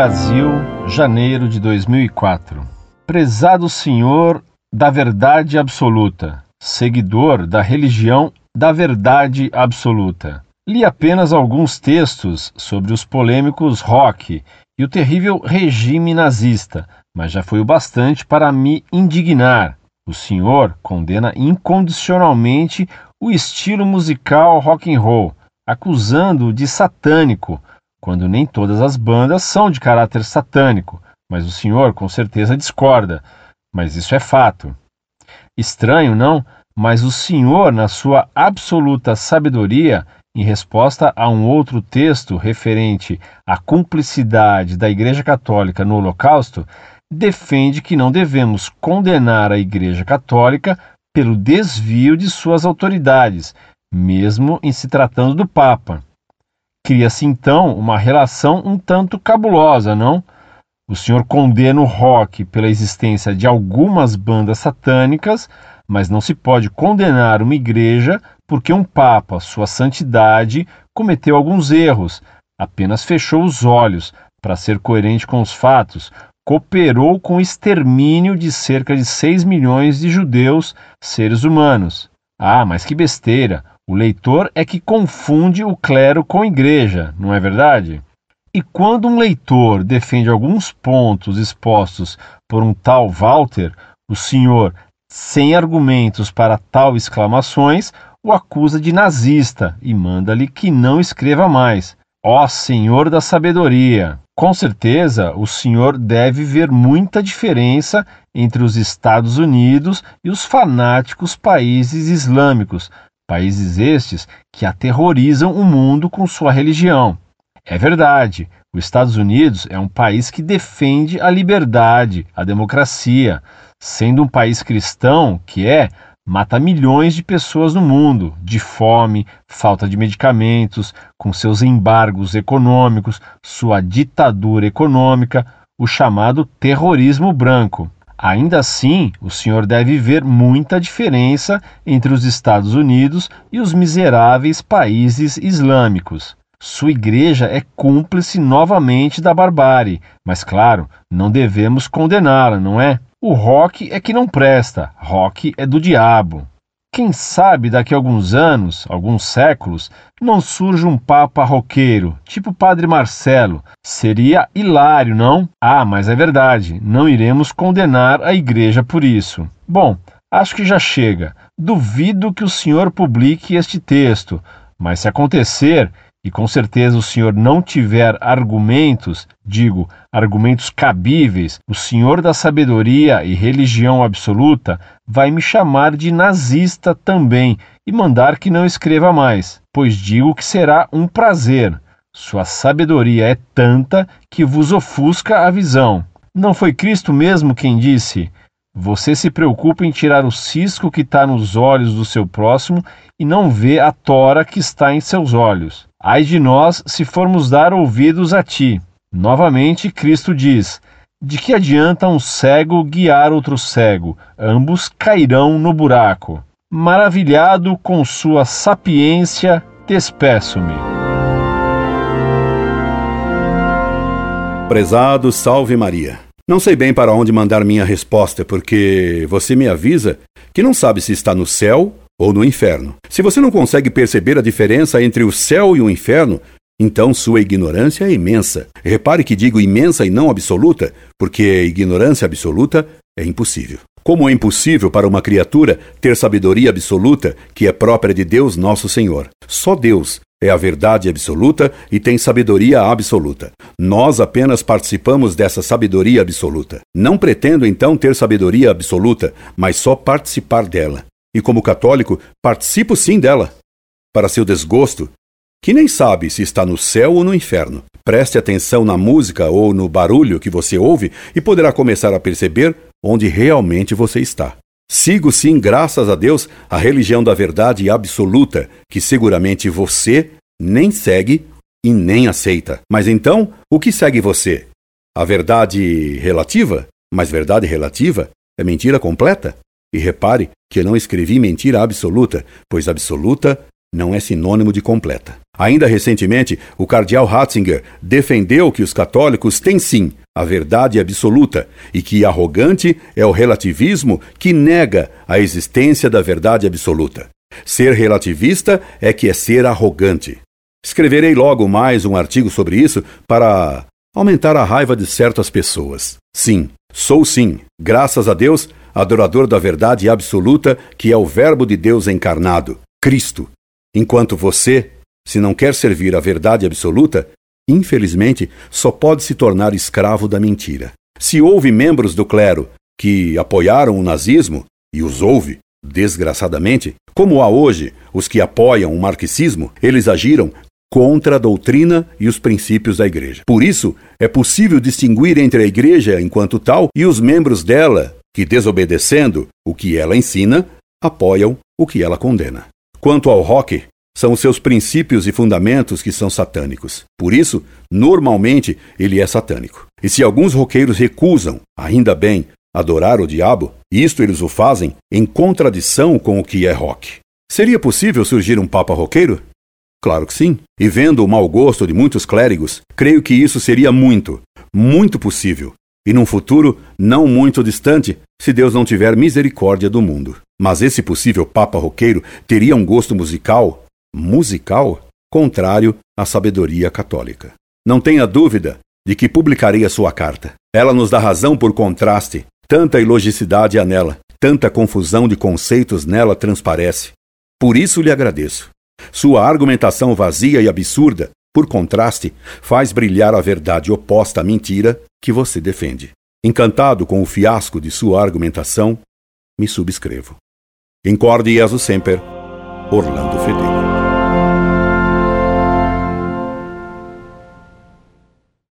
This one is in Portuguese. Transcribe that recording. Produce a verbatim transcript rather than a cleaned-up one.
Brasil, janeiro de dois mil e quatro. Prezado Senhor da Verdade Absoluta, seguidor da religião da Verdade Absoluta. Li apenas alguns textos sobre os polêmicos rock e o terrível regime nazista, mas já foi o bastante para me indignar. O senhor condena incondicionalmente o estilo musical rock and roll, acusando-o de satânico, quando nem todas as bandas são de caráter satânico, mas o senhor com certeza discorda, mas isso é fato. Estranho, não? Mas o senhor, na sua absoluta sabedoria, em resposta a um outro texto referente à cumplicidade da Igreja Católica no Holocausto, defende que não devemos condenar a Igreja Católica pelo desvio de suas autoridades, mesmo em se tratando do Papa. Cria-se então uma relação um tanto cabulosa, não? O senhor condena o rock pela existência de algumas bandas satânicas, mas não se pode condenar uma igreja porque um Papa, sua santidade, cometeu alguns erros, apenas fechou os olhos para ser coerente com os fatos, cooperou com o extermínio de cerca de seis milhões de judeus, seres humanos. Ah, mas que besteira! O leitor é que confunde o clero com a igreja, não é verdade? E quando um leitor defende alguns pontos expostos por um tal Walter, o senhor, sem argumentos para tal exclamações, o acusa de nazista e manda-lhe que não escreva mais. Ó Senhor da sabedoria! Com certeza, o senhor deve ver muita diferença entre os Estados Unidos e os fanáticos países islâmicos, países estes que aterrorizam o mundo com sua religião. É verdade, os Estados Unidos é um país que defende a liberdade, a democracia. Sendo um país cristão, que é, mata milhões de pessoas no mundo, de fome, falta de medicamentos, com seus embargos econômicos, sua ditadura econômica, o chamado terrorismo branco. Ainda assim, o senhor deve ver muita diferença entre os Estados Unidos e os miseráveis países islâmicos. Sua igreja é cúmplice novamente da barbárie, mas claro, não devemos condená-la, não é? O rock é que não presta, rock é do diabo. Quem sabe daqui a alguns anos, alguns séculos, não surge um papa roqueiro, tipo Padre Marcelo. Seria hilário, não? Ah, mas é verdade, não iremos condenar a igreja por isso. Bom, acho que já chega. Duvido que o senhor publique este texto, mas se acontecer, e com certeza o senhor não tiver argumentos, digo, argumentos cabíveis, o senhor da sabedoria e religião absoluta vai me chamar de nazista também e mandar que não escreva mais, pois digo que será um prazer. Sua sabedoria é tanta que vos ofusca a visão. Não foi Cristo mesmo quem disse: você se preocupa em tirar o cisco que está nos olhos do seu próximo e não vê a tora que está em seus olhos. Ai de nós se formos dar ouvidos a ti. Novamente, Cristo diz: de que adianta um cego guiar outro cego? Ambos cairão no buraco. Maravilhado com sua sapiência, despeço-me. Prezado, salve Maria. Não sei bem para onde mandar minha resposta, porque você me avisa que não sabe se está no céu ou no inferno. Se você não consegue perceber a diferença entre o céu e o inferno, então sua ignorância é imensa. Repare que digo imensa e não absoluta, porque ignorância absoluta é impossível. Como é impossível para uma criatura ter sabedoria absoluta, que é própria de Deus nosso Senhor? Só Deus é a verdade absoluta e tem sabedoria absoluta. Nós apenas participamos dessa sabedoria absoluta. Não pretendo então ter sabedoria absoluta, mas só participar dela. E como católico, participo sim dela, para seu desgosto, que nem sabe se está no céu ou no inferno. Preste atenção na música ou no barulho que você ouve e poderá começar a perceber onde realmente você está. Sigo sim, graças a Deus, a religião da verdade absoluta, que seguramente você nem segue e nem aceita. Mas então, o que segue você? A verdade relativa? Mas verdade relativa é mentira completa? E repare que eu não escrevi mentira absoluta, pois absoluta não é sinônimo de completa. Ainda recentemente, o cardeal Ratzinger defendeu que os católicos têm sim a verdade absoluta e que arrogante é o relativismo que nega a existência da verdade absoluta. Ser relativista é que é ser arrogante. Escreverei logo mais um artigo sobre isso para aumentar a raiva de certas pessoas. Sim, sou sim, graças a Deus, adorador da verdade absoluta que é o Verbo de Deus encarnado, Cristo. Enquanto você, se não quer servir a verdade absoluta, infelizmente, só pode se tornar escravo da mentira. Se houve membros do clero que apoiaram o nazismo, e os houve, desgraçadamente, como há hoje os que apoiam o marxismo, eles agiram contra a doutrina e os princípios da igreja. Por isso, é possível distinguir entre a igreja enquanto tal e os membros dela que, desobedecendo o que ela ensina, apoiam o que ela condena. Quanto ao rock, são os seus princípios e fundamentos que são satânicos. Por isso, normalmente, ele é satânico. E se alguns roqueiros recusam, ainda bem, adorar o diabo, isto eles o fazem em contradição com o que é rock. Seria possível surgir um papa roqueiro? Claro que sim. E vendo o mau gosto de muitos clérigos, creio que isso seria muito, muito possível. E num futuro não muito distante, se Deus não tiver misericórdia do mundo. Mas esse possível papa roqueiro teria um gosto musical musical contrário à sabedoria católica. Não tenha dúvida de que publicarei a sua carta. Ela nos dá razão por contraste. Tanta ilogicidade há nela, tanta confusão de conceitos nela transparece. Por isso lhe agradeço. Sua argumentação vazia e absurda, por contraste, faz brilhar a verdade oposta à mentira que você defende. Encantado com o fiasco de sua argumentação, me subscrevo. Incorde Jesus Semper, Orlando Fedeli.